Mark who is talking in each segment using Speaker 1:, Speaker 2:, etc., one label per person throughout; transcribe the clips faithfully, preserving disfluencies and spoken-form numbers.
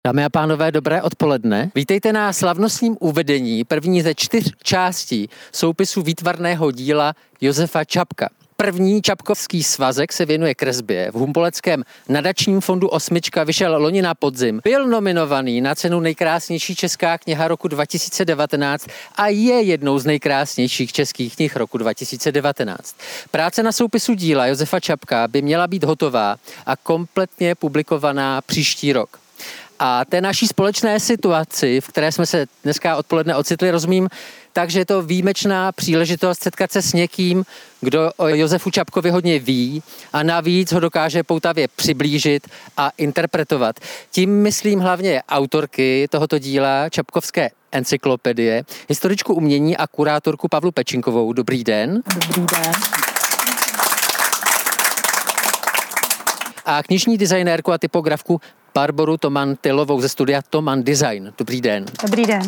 Speaker 1: Dámy a pánové, dobré odpoledne. Vítejte na slavnostním uvedení první ze čtyř částí soupisu výtvarného díla Josefa Čapka. První Čapkovský svazek se věnuje kresbě. V Humpoleckém nadačním fondu Osmička vyšel loni na podzim. Byl nominovaný na cenu Nejkrásnější česká kniha roku dva tisíce devatenáct a je jednou z nejkrásnějších českých knih roku dva tisíce devatenáct. Práce na soupisu díla Josefa Čapka by měla být hotová a kompletně publikovaná příští rok. A té naší společné situaci, v které jsme se dneska odpoledne ocitli, rozumím, takže je to výjimečná příležitost setkat se s někým, kdo o Josefu Čapkovi hodně ví a navíc ho dokáže poutavě přiblížit a interpretovat. Tím myslím hlavně autorky tohoto díla Čapkovské encyklopedie, historičku umění a kurátorku Pavlu Pečinkovou. Dobrý den.
Speaker 2: Dobrý den.
Speaker 1: A knižní designérku a typografku Barboru Toman-Tylovou ze studia Toman Design. Dobrý den.
Speaker 2: Dobrý den.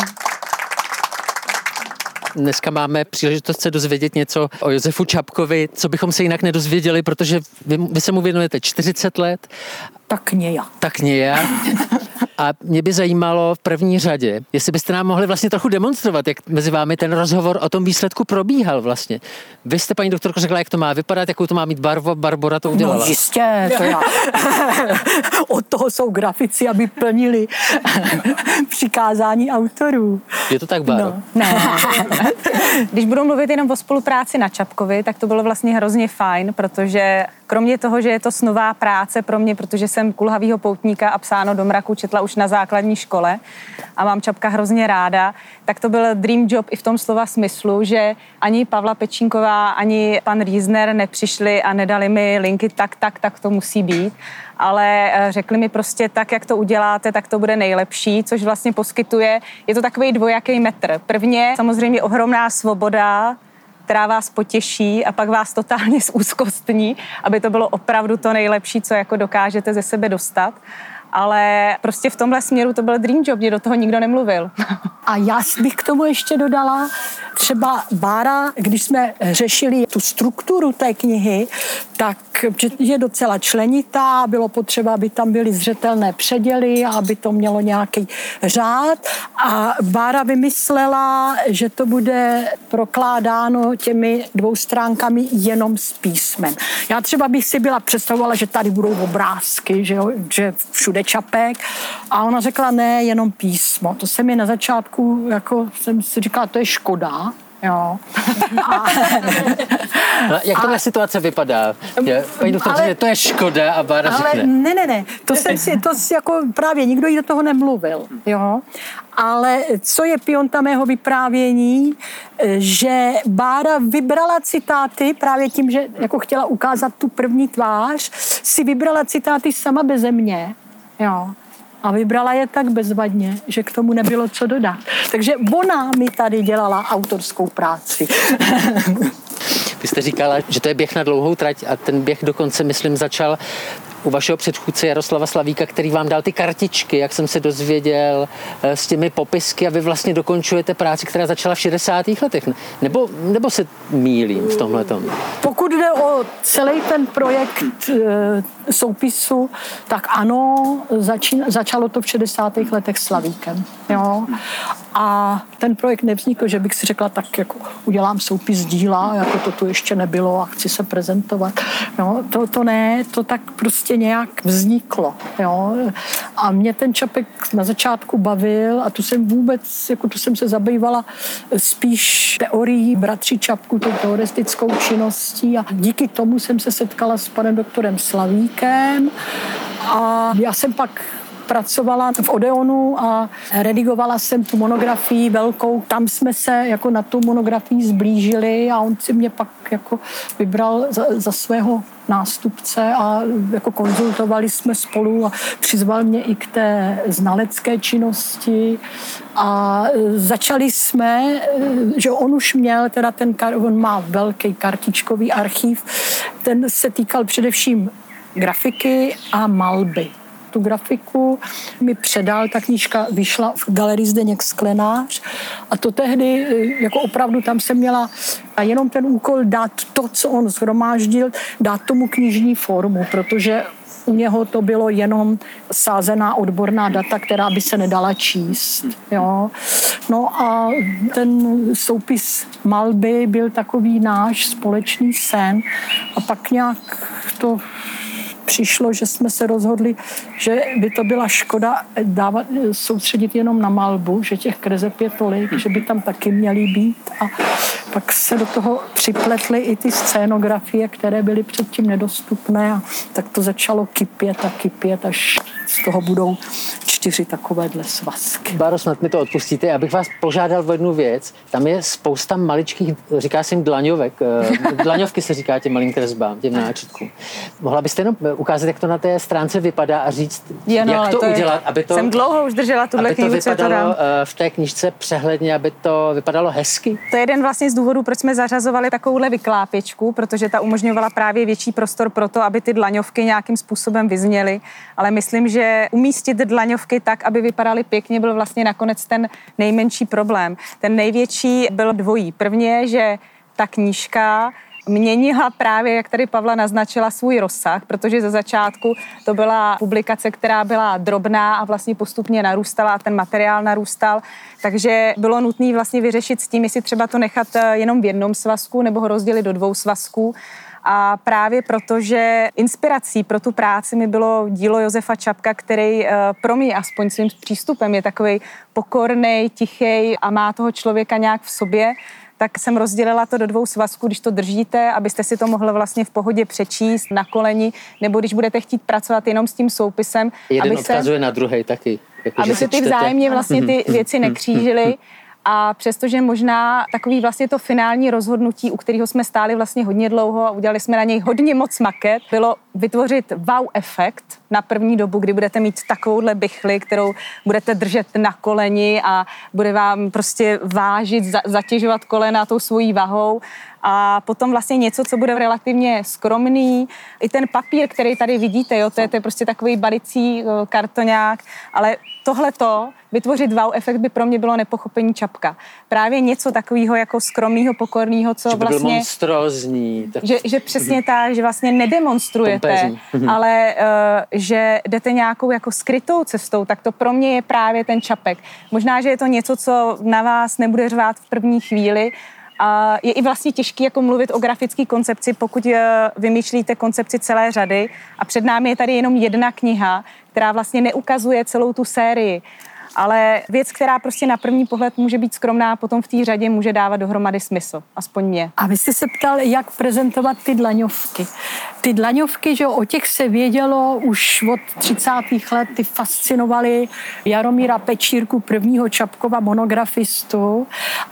Speaker 1: Dneska máme příležitost se dozvědět něco o Josefu Čapkovi, co bychom se jinak nedozvěděli, protože vy, vy se mu věnujete čtyřicet let.
Speaker 2: Tak nějak.
Speaker 1: Tak nějak. A mě by zajímalo v první řadě, jestli byste nám mohli vlastně trochu demonstrovat, jak mezi vámi ten rozhovor o tom výsledku probíhal vlastně. Vy jste, paní doktorko, řekla, jak to má vypadat, jakou to má mít barvu, Barbora to udělala.
Speaker 2: No jistě, to já. Od toho jsou grafici, aby plnili přikázání autorů.
Speaker 1: Je to tak, Báro?
Speaker 2: No, ne. Když budu mluvit jenom o spolupráci na Čapkovi, tak to bylo vlastně hrozně fajn, protože kromě toho, že je to snová práce pro mě, protože jsem Kulhavýho poutníka a Psáno do mraku četla už na základní škole a mám Čapka hrozně ráda, tak to byl dream job i v tom slova smyslu, že ani Pavla Pečinková, ani pan Riesner nepřišli a nedali mi linky tak, tak, tak to musí být, ale řekli mi prostě tak, jak to uděláte, tak to bude nejlepší, což vlastně poskytuje, je to takový dvojaký metr. Prvně samozřejmě ohromná svoboda, která vás potěší a pak vás totálně zúzkostní, aby to bylo opravdu to nejlepší, co jako dokážete ze sebe dostat. Ale prostě v tomhle směru to byl dream job, mě do toho nikdo nemluvil.
Speaker 3: A já bych k tomu ještě dodala, třeba Bára, když jsme řešili tu strukturu té knihy, tak je docela členitá, bylo potřeba, aby tam byly zřetelné předěly, aby to mělo nějaký řád. A Bára vymyslela, že to bude prokládáno těmi dvou stránkami jenom s písmem. Já třeba bych si byla představovala, že tady budou obrázky, že, jo, že všude Čapek. A ona řekla, ne, jenom písmo. To se mi na začátku, jako jsem si říkala, to je škoda. Jo. A,
Speaker 1: jak tahle situace vypadá? Je, paní doktorce, to je škoda a Bára
Speaker 3: ale
Speaker 1: řekne.
Speaker 3: Ne, ne, ne. To jsem si, to si jako právě nikdo jí do toho nemluvil. Jo. Ale co je pionta mého vyprávění, že Bára vybrala citáty právě tím, že jako chtěla ukázat tu první tvář, si vybrala citáty sama beze mě. Jo. A vybrala je tak bezvadně, že k tomu nebylo co dodat. Takže ona mi tady dělala autorskou práci.
Speaker 1: Vy jste říkala, že to je běh na dlouhou trať a ten běh dokonce, myslím, začal u vašeho předchůdce Jaroslava Slavíka, který vám dal ty kartičky, jak jsem se dozvěděl, s těmi popisky a vy vlastně dokončujete práci, která začala v šedesátých letech. Nebo, nebo se mýlím v tomhletom?
Speaker 3: Pokud jde o celý ten projekt e, soupisu, tak ano, začín, začalo to v šedesátých letech Slavíkem. Jo? A ten projekt nevznikl, že bych si řekla, tak jako udělám soupis díla, jako to tu ještě nebylo a chci se prezentovat. No, to, to ne, to tak prostě nějak vzniklo. Jo? A mě ten Čapek na začátku bavil a tu jsem vůbec, jako tu jsem se zabývala spíš teorií bratří Čapků, tou teoretickou činností a díky tomu jsem se setkala s panem doktorem Slavíkem a já jsem pak pracovala v Odeonu a redigovala jsem tu monografii velkou. Tam jsme se jako na tu monografii zblížili a on si mě pak jako vybral za, za svého nástupce a jako konzultovali jsme spolu a přizval mě i k té znalecké činnosti a začali jsme, že on už měl, teda ten, on má velký kartičkový archiv, ten se týkal především grafiky a malby. Tu grafiku mi předal, ta knížka vyšla v galerii Zdeněk Sklenář a to tehdy jako opravdu tam jsem měla a jenom ten úkol dát to, co on shromáždil, dát tomu knižní formu, protože U něho to bylo jenom sázená odborná data, která by se nedala číst. Jo. No a ten soupis malby byl takový náš společný sen a pak nějak to přišlo, že jsme se rozhodli, že by to byla škoda dávat, soustředit jenom na malbu, že těch kreseb je tolik, že by tam taky měly být a pak se do toho připletly i ty scénografie, které byly předtím nedostupné a tak to začalo kypět a kypět, až z toho budou čtyři takovéhle svazky.
Speaker 1: Báro, snad mi to odpustíte, já bych vás požádal o jednu věc. Tam je spousta maličkých, říká se jim dlaňovek. Dlaňovky se říká těm malým kresbám, těm náčitkům. Mohla byste jenom ukázat, jak to na té stránce vypadá a říct, jo, no, jak to, to udělat, je, aby to...
Speaker 2: Jsem dlouho už držela tuhle knihu,
Speaker 1: aby to vypadalo v té knížce přehledně, aby to vypadalo hezky.
Speaker 2: To je jeden vlastně z důvodů, proč jsme zařazovali takovouhle vyklápěčku, protože ta umožňovala právě větší prostor pro to, aby ty dlaňovky nějakým způsobem vyzněly. Ale myslím, že umístit dlaňovky tak, aby vypadaly pěkně, byl vlastně nakonec ten nejmenší problém. Ten největší byl dvojí. První je, že ta knížka měnila právě, jak tady Pavla naznačila, svůj rozsah, protože ze začátku to byla publikace, která byla drobná a vlastně postupně narůstala a ten materiál narůstal, takže bylo nutné vlastně vyřešit s tím, jestli třeba to nechat jenom v jednom svazku nebo ho rozdělit do dvou svazků. A právě protože inspirací pro tu práci mi bylo dílo Josefa Čapka, který pro mě aspoň svým přístupem je takovej pokornej, tichej a má toho člověka nějak v sobě, tak jsem rozdělila to do dvou svazků, když to držíte, abyste si to mohli vlastně v pohodě přečíst na koleni, nebo když budete chtít pracovat jenom s tím soupisem.
Speaker 1: Jeden
Speaker 2: aby
Speaker 1: odkazuje
Speaker 2: se,
Speaker 1: na druhej taky. Jako,
Speaker 2: aby se ty vzájemně vlastně ty věci nekřížily. A přestože možná takový vlastně to finální rozhodnutí, u kterého jsme stáli vlastně hodně dlouho a udělali jsme na něj hodně moc maket, bylo vytvořit wow efekt na první dobu, kdy budete mít takovouhle bichli, kterou budete držet na koleni a bude vám prostě vážit, zatěžovat kolena tou svojí vahou. A potom vlastně něco, co bude relativně skromný. I ten papír, který tady vidíte, jo, to, je, to je prostě takový balicí kartoňák, ale tohleto, vytvořit wow efekt by pro mě bylo nepochopení Čapka. Právě něco takového jako skromného, pokorného, co
Speaker 1: že by
Speaker 2: vlastně...
Speaker 1: Byl monstrózní. Tak...
Speaker 2: Že, že přesně mm-hmm. tak, že vlastně nedemonstrujete, mm-hmm. ale uh, že jdete nějakou jako skrytou cestou, tak to pro mě je právě ten Čapek. Možná, že je to něco, co na vás nebude řvát v první chvíli, a je i vlastně těžký jako mluvit o grafické koncepci, pokud vymýšlíte koncepci celé řady a před námi je tady jenom jedna kniha, která vlastně neukazuje celou tu sérii. Ale věc, která prostě na první pohled může být skromná, potom v té řadě může dávat dohromady smysl. Aspoň mě.
Speaker 3: A vy jste se ptal, jak prezentovat ty dlaňovky. Ty dlaňovky, že o těch se vědělo už od třicátých let, ty fascinovaly Jaromíra Pečírku, prvního Čapkova monografistu.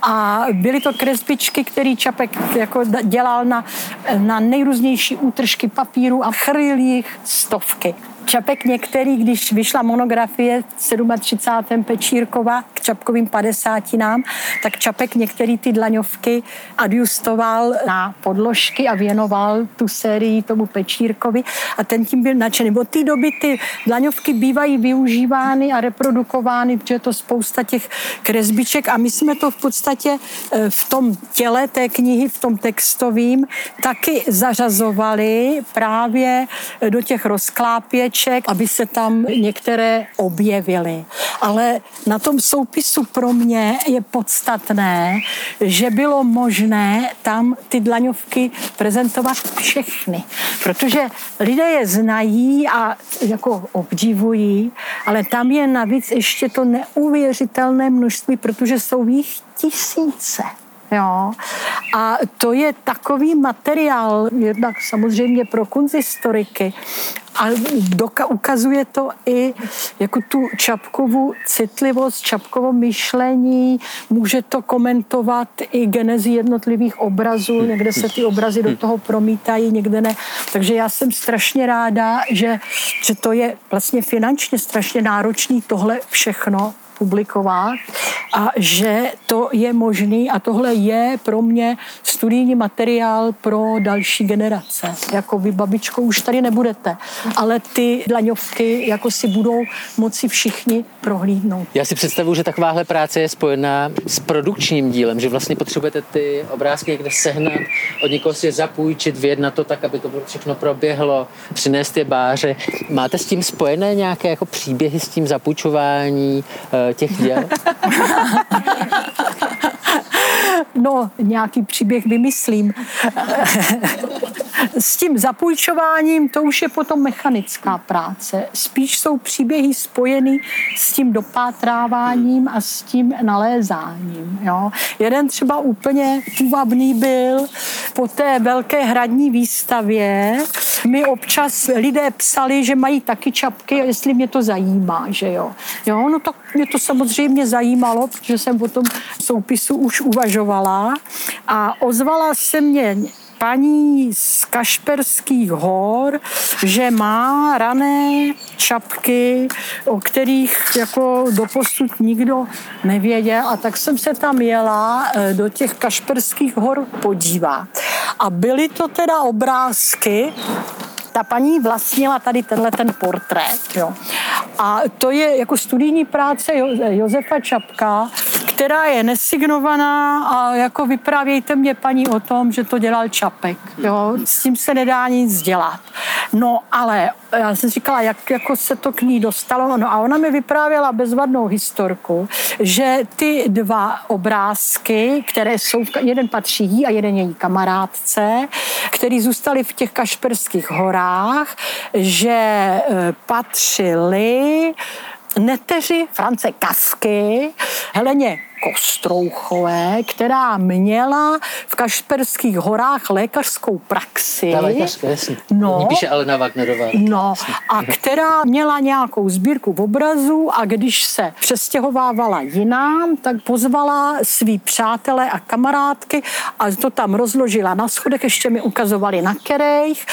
Speaker 3: A byly to kresbičky, který Čapek jako dělal na, na nejrůznější útržky papíru a chrlil jich stovky. Čapek některý, když vyšla monografie třicátého sedmého Pečírkova k Čapkovým padesátinám, tak Čapek některý ty dlaňovky adjustoval na podložky a věnoval tu sérii tomu Pečírkovi a ten tím byl nadšený. Od té doby ty dlaňovky bývají využívány a reprodukovány, protože je to spousta těch kresbiček a my jsme to v podstatě v tom těle té knihy, v tom textovým, taky zařazovali právě do těch rozklápěček, aby se tam některé objevily. Ale na tom soupisu pro mě je podstatné, že bylo možné tam ty dlaňovky prezentovat všechny. Protože lidé je znají a jako obdivují, ale tam je navíc ještě to neuvěřitelné množství, protože jsou jich tisíce. Jo. A to je takový materiál, jednak samozřejmě pro kunsthistoriky, a doka- ukazuje to i jako tu Čapkovu citlivost, Čapkovo myšlení, může to komentovat i genezi jednotlivých obrazů, někde se ty obrazy do toho promítají, někde ne. Takže já jsem strašně ráda, že, že to je vlastně finančně strašně náročný tohle všechno publikovat a že to je možný a tohle je pro mě studijní materiál pro další generace. Jako vy, babičko, už tady nebudete, ale ty dlaňovky jako si budou moci všichni prohlídnout.
Speaker 1: Já si představuji, že takováhle práce je spojená s produkčním dílem, že vlastně potřebujete ty obrázky někde sehnat, od někoho si je zapůjčit, vyjednat to tak, aby to všechno proběhlo, přinést je báře. Máte s tím spojené nějaké jako příběhy s tím zapůjčování uh, těch děl?
Speaker 3: No, nějaký příběh vymyslím. S tím zapůjčováním to už je potom mechanická práce. Spíš jsou příběhy spojeny s tím dopátráváním a s tím nalézáním. Jo. Jeden třeba úplně půvabný byl po té velké hradní výstavě. Mi občas lidé psali, že mají taky čapky a jestli mě to zajímá, že jo. Jo, no tak mě to samozřejmě zajímalo, protože jsem o tom soupisu už uvažovala a ozvala se mě paní z Kašperských hor, že má rané čapky, o kterých jako doposud nikdo nevěděl, a tak jsem se tam jela do těch Kašperských hor podívat. A byly to teda obrázky. Ta paní vlastnila tady tenhle ten portrét. Jo. A to je jako studijní práce Josefa Čapka, která je nesignovaná a jako vyprávějte mě, paní, o tom, že to dělal Čapek. Jo. S tím se nedá nic dělat. No ale já jsem říkala, jak jako se to k ní dostalo. No a ona mi vyprávěla bezvadnou historku, že ty dva obrázky, které jsou, jeden patří jí a jeden její kamarádce, který zůstali v těch Kašperských horách, že patřili neteři France Kafky, Heleně Kostrouchové, která měla v Kašperských horách lékařskou praxi.
Speaker 1: Ta lékařská, jasně.
Speaker 3: No,
Speaker 1: píše Alena Wagnerová.
Speaker 3: No, a která měla nějakou sbírku obrazů a když se přestěhovávala jinam, tak pozvala svý přátelé a kamarádky a to tam rozložila na schodech, ještě mi ukazovali na kerejch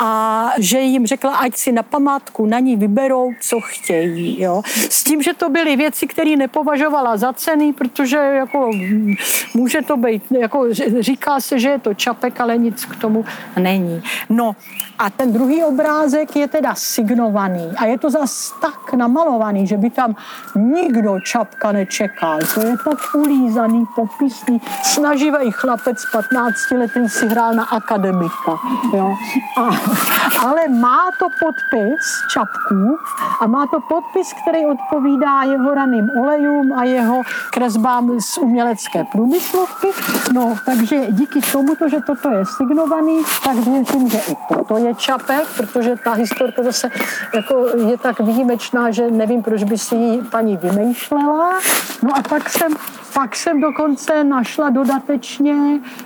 Speaker 3: a že jim řekla, ať si na památku na ní vyberou, co chtějí. Jo. S tím, že to byly věci, které nepovažovala za cenný, protože že jako může to být, jako říká se, že je to Čapek, ale nic k tomu není. No a ten druhý obrázek je teda signovaný a je to zas tak namalovaný, že by tam nikdo Čapka nečekal. To je tak ulízaný, popisný, snaživý chlapec patnácti letý si hrál na akademika. Jo. A, ale má to podpis Čapků a má to podpis, který odpovídá jeho raným olejům a jeho kresbám z umělecké průmyslovky. No, takže díky tomu, že toto je signovaný, tak věřím, že i toto je Čapek, protože ta historka zase jako je tak výjimečná, že nevím, proč by si ji paní vymýšlela. No a pak jsem, pak jsem dokonce našla dodatečně,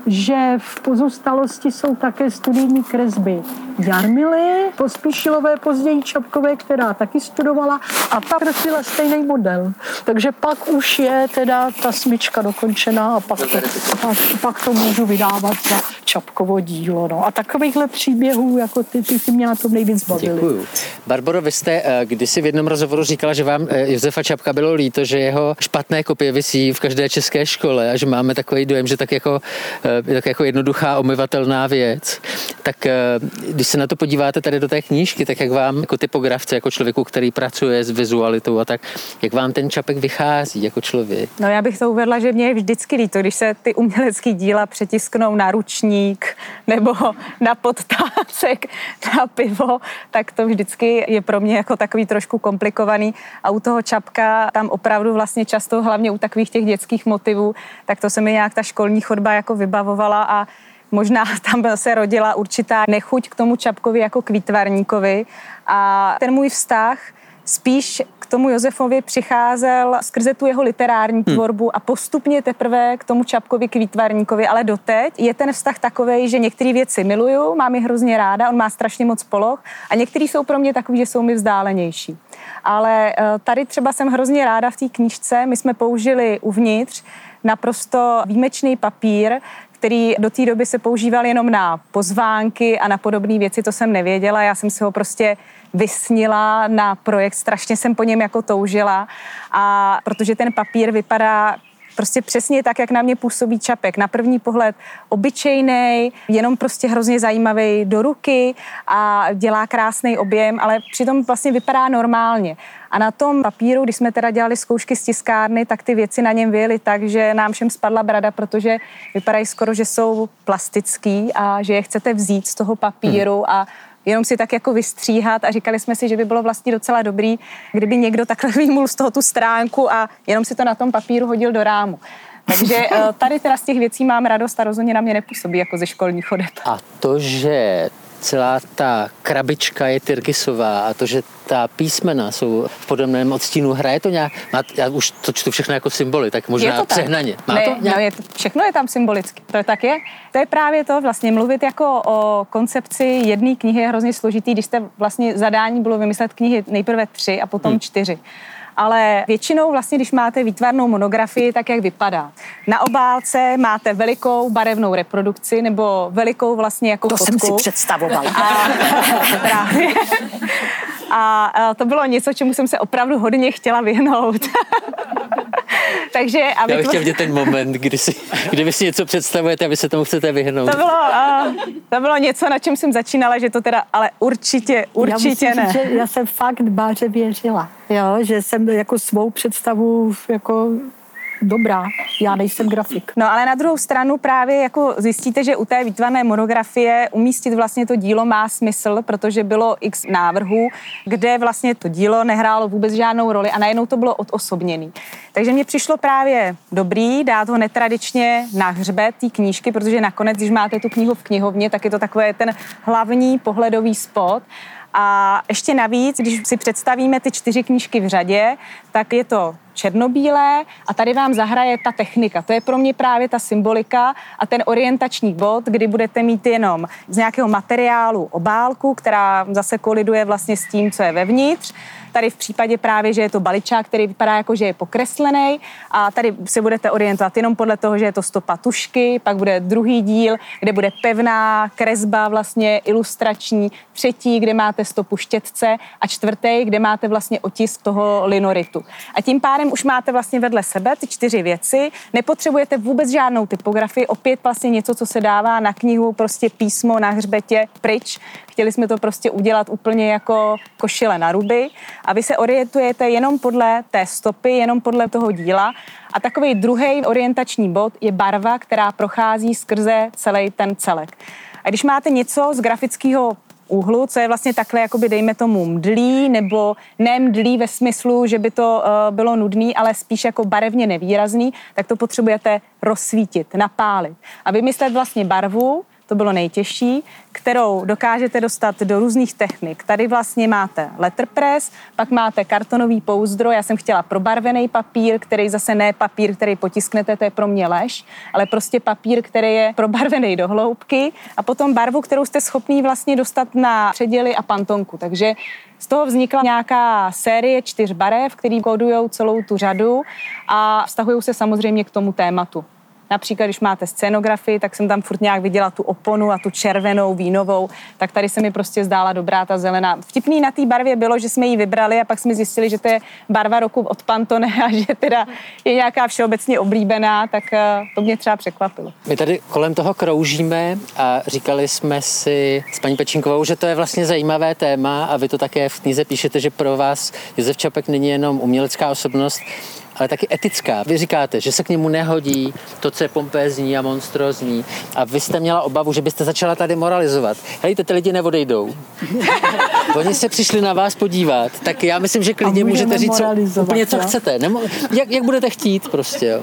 Speaker 3: že v pozůstalosti jsou také studijní kresby Jarmily Pospíšilové, později Čapkové, která taky studovala a ta kreslila stejný model. Takže pak už je teda ta smyčka dokončená a pak to, pak, pak to můžu vydávat za Čapkovo dílo. No. A takovýchhle příběhů, jako ty, ty, ty mě na tom nejvíc bavily.
Speaker 1: Děkuju. Barboro, vy jste kdysi v jednom rozhovoru říkala, že vám Josefa Čapka bylo líto, že jeho špatné kopie visí v každé české škole a že máme takový dojem, že tak jako, tak jako jednoduchá omyvatelná věc. Tak když se na to podíváte tady do té knížky, tak jak vám jako typografce, jako člověku, který pracuje s vizualitou a tak, jak vám ten Čapek vychází jako člověk?
Speaker 2: No já bych to uvedla, že mě je vždycky líto, když se ty umělecké díla přetisknou na ručník nebo na podtácek, na pivo, tak to vždycky je pro mě jako takový trošku komplikovaný. A u toho Čapka tam opravdu vlastně často, hlavně u takových těch dětských motivů, tak to se mi nějak ta školní chodba jako vybavovala a možná tam se rodila určitá nechuť k tomu Čapkovi jako k výtvarníkovi a ten můj vztah spíš k tomu Josefovi přicházel skrze tu jeho literární tvorbu a postupně teprve k tomu Čapkovi, k výtvarníkovi, ale doteď je ten vztah takovej, že některé věci miluju, mám je hrozně ráda, on má strašně moc poloh a některý jsou pro mě takový, že jsou mi vzdálenější. Ale tady třeba jsem hrozně ráda v té knížce, my jsme použili uvnitř naprosto výjimečný papír, který do té doby se používal jenom na pozvánky a na podobné věci, to jsem nevěděla. Já jsem si ho prostě vysnila na projekt, strašně jsem po něm jako toužila. A protože ten papír vypadá prostě přesně tak, jak na mě působí Čapek. Na první pohled obyčejnej, jenom prostě hrozně zajímavý do ruky a dělá krásný objem, ale přitom vlastně vypadá normálně. A na tom papíru, když jsme teda dělali zkoušky z tiskárny, tak ty věci na něm vyjely tak, že nám všem spadla brada, protože vypadají skoro, že jsou plastický a že je chcete vzít z toho papíru hmm. a jenom si tak jako vystříhat a říkali jsme si, že by bylo vlastně docela dobrý, kdyby někdo takhle vyjmul z toho tu stránku a jenom si to na tom papíru hodil do rámu. Takže tady teda z těch věcí mám radost a rozhodně na mě nepůsobí jako ze školních chodeb.
Speaker 1: A to, že celá ta krabička je tyrkysová a to, že ta písmena jsou v podobném odstínu, hraje to nějak, má, já už to čtu všechno jako symboly, tak možná přehnaně. Má
Speaker 2: ne,
Speaker 1: to nějak?
Speaker 2: No je to, všechno je tam symbolicky, to tak je. To je právě to, vlastně mluvit jako o koncepci jedné knihy je hrozně složitý, když jste vlastně zadání bylo vymyslet knihy nejprve tři a potom hmm. čtyři. Ale většinou vlastně, když máte výtvarnou monografii, tak jak vypadá. Na obálce máte velikou barevnou reprodukci nebo velikou vlastně jako
Speaker 3: to
Speaker 2: fotku.
Speaker 3: To jsem si představovala.
Speaker 2: A, právě. A to bylo něco, čemu jsem se opravdu hodně chtěla vyhnout. Takže, aby
Speaker 1: já bych chtěl vidět ten moment, kdy, si, kdy vy si něco představujete a vy se tomu chcete vyhnout.
Speaker 2: To bylo, uh, to bylo něco, na čem jsem začínala, že to teda, ale určitě, určitě
Speaker 3: já
Speaker 2: ne.
Speaker 3: Říct, že já jsem fakt Báře věřila, jo, že jsem jako svou představu jako dobrá, já nejsem grafik.
Speaker 2: No ale na druhou stranu právě jako zjistíte, že u té výtvarné monografie umístit vlastně to dílo má smysl, protože bylo x návrhů, kde vlastně to dílo nehrálo vůbec žádnou roli a najednou to bylo odosobněný. Takže mně přišlo právě dobrý dát ho netradičně na hřbet té knížky, protože nakonec, když máte tu knihu v knihovně, tak je to takový ten hlavní pohledový spot. A ještě navíc, když si představíme ty čtyři knížky v řadě, tak je to černobílé a tady vám zahraje ta technika. To je pro mě právě ta symbolika a ten orientační bod, kdy budete mít jenom z nějakého materiálu obálku, která zase koliduje vlastně s tím, co je vevnitř. Tady v případě právě, že je to baličák, který vypadá jako, že je pokreslený a tady se budete orientovat jenom podle toho, že je to stopa tušky, pak bude druhý díl, kde bude pevná kresba vlastně ilustrační, třetí, kde máte stopu štětce a čtvrtý, kde máte vlastně otisk toho linoritu. A tím pádem už máte vlastně vedle sebe ty čtyři věci, nepotřebujete vůbec žádnou typografii, opět vlastně něco, co se dává na knihu, prostě písmo na hřbetě pryč. Chtěli jsme to prostě udělat úplně jako košile na ruby a vy se orientujete jenom podle té stopy, jenom podle toho díla a takový druhý orientační bod je barva, která prochází skrze celý ten celek. A když máte něco z grafického úhlu, co je vlastně takhle, jakoby dejme tomu mdlý, nebo ne mdlý ve smyslu, že by to uh, bylo nudný, ale spíš jako barevně nevýrazný, tak to potřebujete rozsvítit, napálit a vymyslet vlastně barvu, to bylo nejtěžší, kterou dokážete dostat do různých technik. Tady vlastně máte letterpress, pak máte kartonový pouzdro, já jsem chtěla probarvený papír, který zase ne papír, který potisknete, to je pro mě lež, ale prostě papír, který je probarvený do hloubky a potom barvu, kterou jste schopný vlastně dostat na předěly a pantonku. Takže z toho vznikla nějaká série čtyř barev, který kódujou celou tu řadu a vztahují se samozřejmě k tomu tématu. Například, když máte scénografii, tak jsem tam furt nějak viděla tu oponu a tu červenou, vínovou, tak tady se mi prostě zdála dobrá ta zelená. Vtipný na té barvě bylo, že jsme ji vybrali a pak jsme zjistili, že to je barva roku od Pantone a že teda je nějaká všeobecně oblíbená, tak to mě třeba překvapilo.
Speaker 1: My tady kolem toho kroužíme a říkali jsme si s paní Pečínkovou, že to je vlastně zajímavé téma a vy to také v knize píšete, že pro vás Josef Čapek není jenom umělecká osobnost, ale taky etická. Vy říkáte, že se k němu nehodí to, co je pompézní a monstrózní. A vy jste měla obavu, že byste začala tady moralizovat. Hejte, ty lidi neodejdou. Oni se přišli na vás podívat, tak já myslím, že klidně můžete říct co, úplně, co jo? chcete. Nemo, jak, jak budete chtít prostě, jo.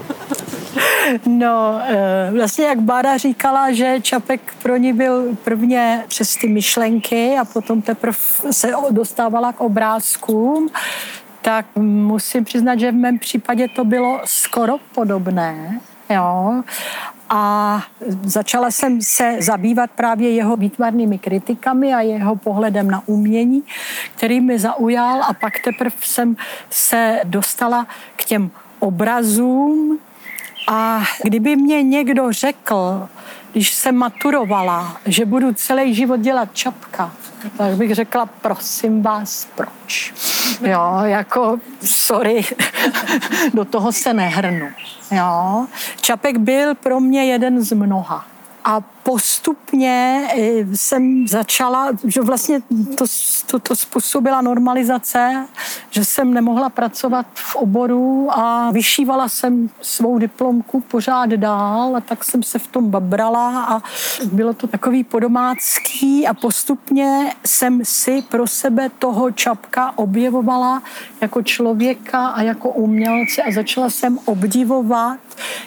Speaker 3: No, vlastně jak Bára říkala, že Čapek pro ní byl prvně přes ty myšlenky a potom teprve se dostávala k obrázkům, tak musím přiznat, že v mém případě to bylo skoro podobné. Jo. A začala jsem se zabývat právě jeho výtvarnými kritikami a jeho pohledem na umění, který mi zaujal a pak teprve jsem se dostala k těm obrazům a kdyby mě někdo řekl, když jsem maturovala, že budu celý život dělat Čapka, tak bych řekla, prosím vás, proč? Jo, jako, sorry, do toho se nehrnu. Jo. Čapek byl pro mě jeden z mnoha. A postupně jsem začala, že vlastně to, to, to způsobila normalizace, že jsem nemohla pracovat v oboru a vyšívala jsem svou diplomku pořád dál a tak jsem se v tom babrala a bylo to takový podomácký a postupně jsem si pro sebe toho Čapka objevovala jako člověka a jako umělce a začala jsem obdivovat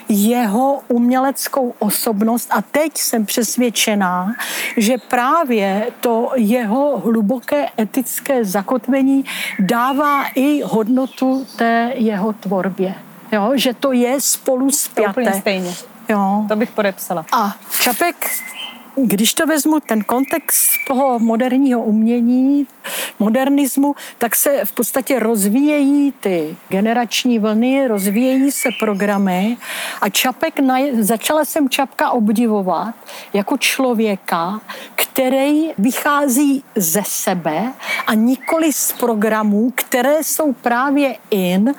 Speaker 3: jeho uměleckou osobnost a teď jsem přesvědčená, že právě to jeho hluboké etické zakotvení dává i hodnotu té jeho tvorbě. Jo? Že to je spolu spjaté.
Speaker 2: To úplně stejně.
Speaker 3: Jo.
Speaker 2: To bych podepsala.
Speaker 3: A Čapek, když to vezmu, ten kontext toho moderního umění, modernismu, tak se v podstatě rozvíjejí ty generační vlny, rozvíjejí se programy a Čapek, začala jsem Čapka obdivovat jako člověka, který vychází ze sebe a nikoli z programů, které jsou právě in,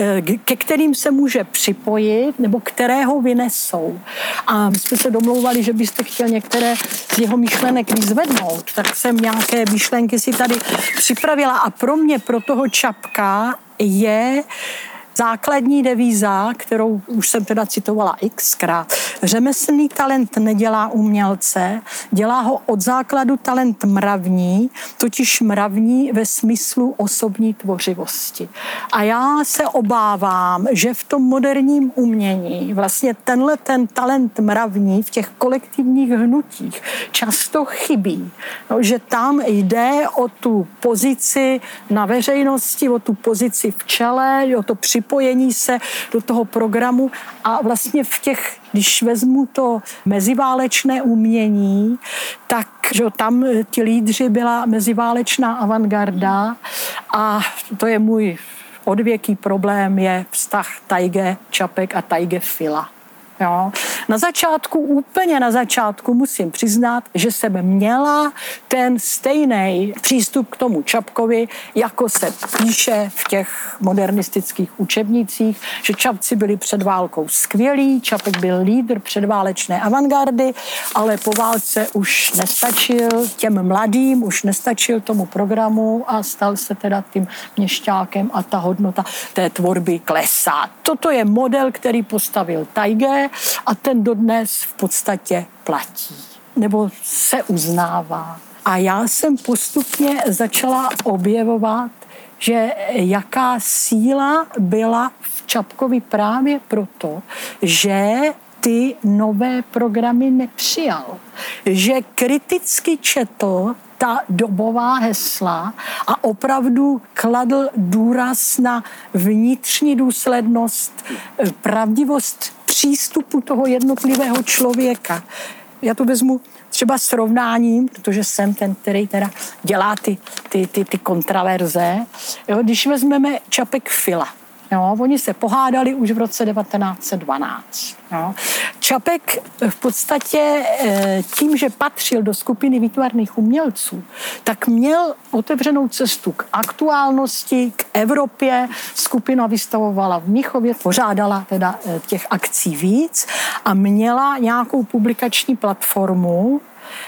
Speaker 3: ke kterým se může připojit nebo které ho vynesou. A my jsme se domlouvali, že byste chtěl některé z jeho myšlenek vyzvednout, tak jsem nějaké myšlenky si tady připravila a pro mě, pro toho Čapka je základní devíza, kterou už jsem teda citovala xkrát. Řemeslný talent nedělá umělce, dělá ho od základu talent mravní, totiž mravní ve smyslu osobní tvořivosti. A já se obávám, že v tom moderním umění vlastně tenhle ten talent mravní v těch kolektivních hnutích často chybí. No, že tam jde o tu pozici na veřejnosti, o tu pozici v čele, o to připojení se do toho programu a vlastně v těch, když vezmu to meziválečné umění, tak že tam ti lídři byla meziválečná avantgarda a to je můj odvěký problém, je vztah Tajge Čapek a Tajge Fila. Jo. Na začátku, úplně na začátku musím přiznat, že jsem měla ten stejný přístup k tomu Čapkovi, jako se píše v těch modernistických učebnicích, že Čapci byli před válkou skvělí, Čapek byl lídr předválečné avantgardy, ale po válce už nestačil těm mladým, už nestačil tomu programu a stal se teda tím měšťákem a ta hodnota té tvorby klesá. Toto je model, který postavil Tajge a ten dodnes v podstatě platí, nebo se uznává. A já jsem postupně začala objevovat, že jaká síla byla v Čapkovi právě proto, že ty nové programy nepřijal. Že kriticky četl ta dobová hesla a opravdu kladl důraz na vnitřní důslednost, pravdivost přístupu toho jednotlivého člověka. Já to vezmu třeba srovnáním, protože jsem ten, který teda dělá ty, ty, ty, ty kontraverze. Jo, když vezmeme Čapek Fila, jo, oni se pohádali už v roce devatenáct set dvanáct. Jo. Čapek v podstatě tím, že patřil do skupiny výtvarných umělců, tak měl otevřenou cestu k aktuálnosti, k Evropě. Skupina vystavovala v Mnichově, pořádala teda těch akcí víc a měla nějakou publikační platformu,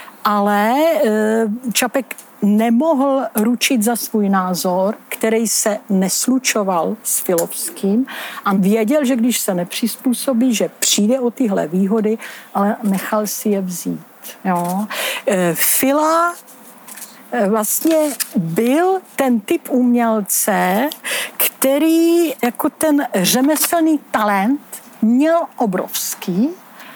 Speaker 3: ale Čapek nemohl ručit za svůj názor, který se neslučoval s filovským a věděl, že když se nepřizpůsobí, že přijde o tyhle výhody, ale nechal si je vzít. Jo. Fila vlastně byl ten typ umělce, který jako ten řemeslný talent měl obrovský,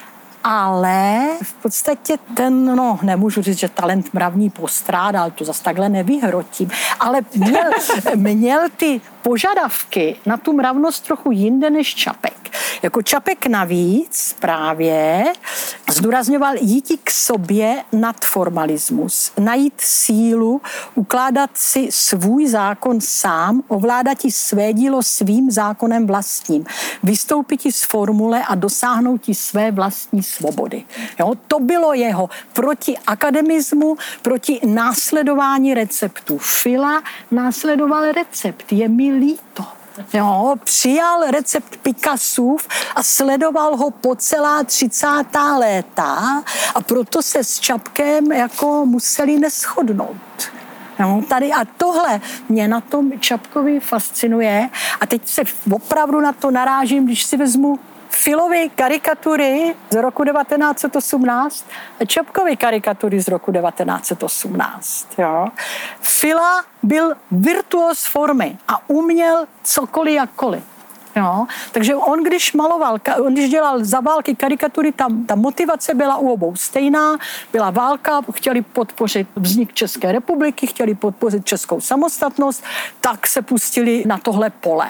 Speaker 3: ale v podstatě ten, no nemůžu říct, že talent mravní postrádal, to zase takhle nevyhrotím, ale měl, měl ty požadavky na tu mravnost trochu jinde než Čapek. Jako Čapek navíc právě Zdůrazňoval jít k sobě nad formalismus, najít sílu, ukládat si svůj zákon sám, ovládat ti své dílo svým zákonem vlastním, vystoupit ti z formule a dosáhnout ti své vlastní svobody. Jo, to bylo jeho proti akademismu, proti následování receptů. Fila následoval recept, je mi líto. Jo, přijal recept Picassův a sledoval ho po celá třicátá léta a proto se s Čapkem jako museli neshodnout. No, tady a tohle mě na tom Čapkovi fascinuje a teď se opravdu na to narážím, když si vezmu Filovy karikatury z roku devatenáct set osmnáct a Čapkovy karikatury z roku devatenáct set osmnáct. Jo. Fila byl virtuos formy a uměl cokoliv jakkoliv. Jo. Takže on, když maloval, on když dělal za války karikatury, tam ta motivace byla u obou stejná. Byla válka, chtěli podpořit vznik České republiky, chtěli podpořit českou samostatnost, tak se pustili na tohle pole.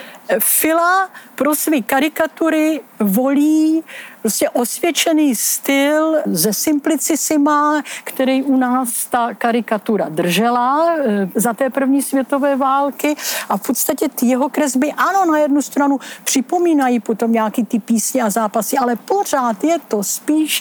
Speaker 3: Fila pro své karikatury volí prostě osvědčený styl ze Simplicissima, který u nás ta karikatura držela za té první světové války a v podstatě ty jeho kresby, ano, na jednu stranu připomínají potom nějaký ty písně a zápasy, ale pořád je to spíš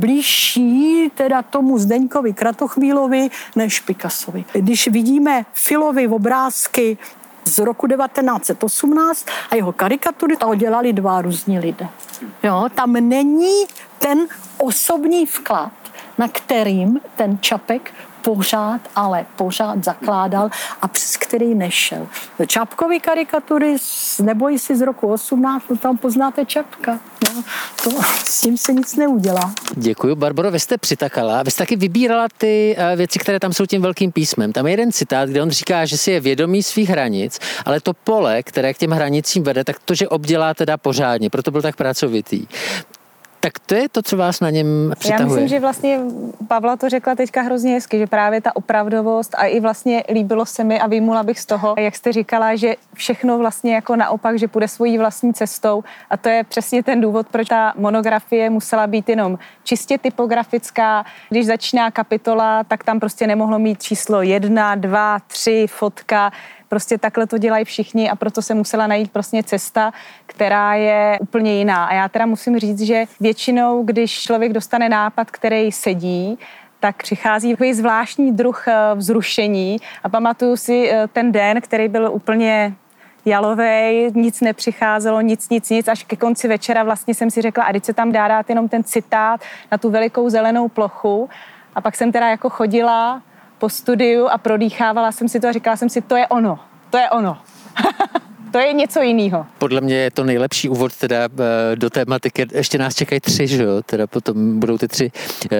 Speaker 3: blížší teda tomu Zdeňkovi Kratochvílovi než Picassovi. Když vidíme Filovy obrázky z roku devatenáct set osmnáct a jeho karikatury, to dělali dva různí lidé. Jo, tam není ten osobní vklad, na kterým ten Čapek pořád, ale pořád zakládal a přes který nešel. Čapkovy karikatury, nebojí si z roku osmnáct, no tam poznáte Čapka. No, to, s tím se nic neudělá.
Speaker 1: Děkuju, Barboro, vy jste přitakala. Vy jste taky vybírala ty věci, které tam jsou tím velkým písmem. Tam je jeden citát, kde on říká, že si je vědomý svých hranic, ale to pole, které k těm hranicím vede, tak to, že obdělá teda pořádně, proto byl tak pracovitý. Tak to je to, co vás na něm přitahuje.
Speaker 2: Já myslím, že vlastně Pavla to řekla teďka hrozně hezky, že právě ta opravdovost a i vlastně líbilo se mi a vyjmula bych z toho, jak jste říkala, že všechno vlastně jako naopak, že půjde svojí vlastní cestou a to je přesně ten důvod, proč ta monografie musela být jenom čistě typografická. Když začíná kapitola, tak tam prostě nemohlo mít číslo jedna, dva, tři, fotka. Prostě takhle to dělají všichni a proto se musela najít prostě cesta, která je úplně jiná. A já teda musím říct, že většinou, když člověk dostane nápad, který sedí, tak přichází takový zvláštní druh vzrušení a pamatuju si ten den, který byl úplně jalovej, nic nepřicházelo, nic, nic, nic, až ke konci večera vlastně jsem si řekla, a teď se tam dá dát jenom ten citát na tu velikou zelenou plochu a pak jsem teda jako chodila po studiu a prodýchávala jsem si to a říkala jsem si, to je ono, to je ono. To je něco jiného.
Speaker 1: Podle mě je to nejlepší úvod teda do tématiky. Ještě nás čekají tři, že jo? Teda potom budou ty tři,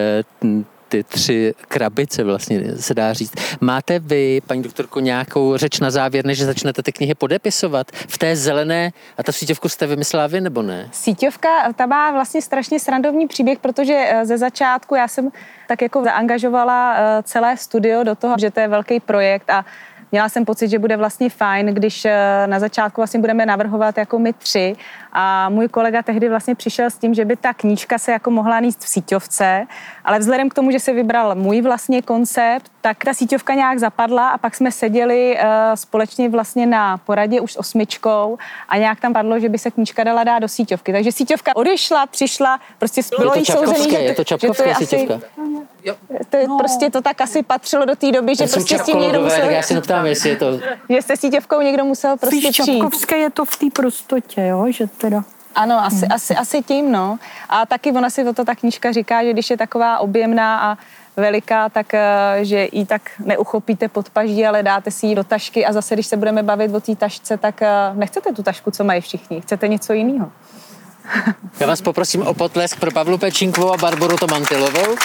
Speaker 1: ty tři krabice vlastně, se dá říct. Máte vy, paní doktorko, nějakou řeč na závěr, než začnete ty knihy podepisovat? V té zelené, a ta síťovku jste vymyslela vy, nebo ne?
Speaker 2: Síťovka, ta má vlastně strašně srandovní příběh, protože ze začátku já jsem tak jako zaangažovala celé studio do toho, že to je velký projekt a měla jsem pocit, že bude vlastně fajn, když na začátku vlastně budeme navrhovat jako my tři a můj kolega tehdy vlastně přišel s tím, že by ta knížka se jako mohla níst v síťovce, ale vzhledem k tomu, že se vybral můj vlastně koncept, tak ta síťovka nějak zapadla a pak jsme seděli uh, společně vlastně na poradě už s osmičkou a nějak tam padlo, že by se knížka dala dát do síťovky. Takže síťovka odešla, přišla, prostě bylo jí souzený, že,
Speaker 1: je to čapkovské,
Speaker 2: že to je
Speaker 1: síťovka.
Speaker 2: Asi, to je, no. Prostě to tak asi patřilo do té doby, že prostě s tím někdo musel...
Speaker 1: Já si neptám, jestli je to...
Speaker 2: Že se síťovkou někdo musel prostě přijít.
Speaker 3: Čapkovské je to v té prostotě, jo, že teda...
Speaker 2: Ano, asi, hmm. asi, asi tím, no. A taky ona si o to ta knížka říká, že když je taková objemná a veliká, tak že ji tak neuchopíte pod paží, ale dáte si ji do tašky a zase, když se budeme bavit o té tašce, tak nechcete tu tašku, co mají všichni, chcete něco jiného.
Speaker 1: Já vás poprosím o potlesk pro Pavlu Pečínkovou a Barboru Tomantilovou.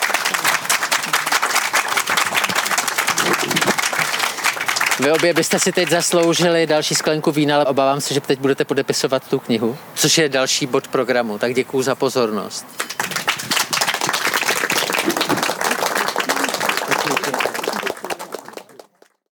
Speaker 1: Vy obě byste si teď zasloužili další sklenku vína, ale obávám se, že teď budete podepisovat tu knihu, což je další bod programu. Tak děkuju za pozornost.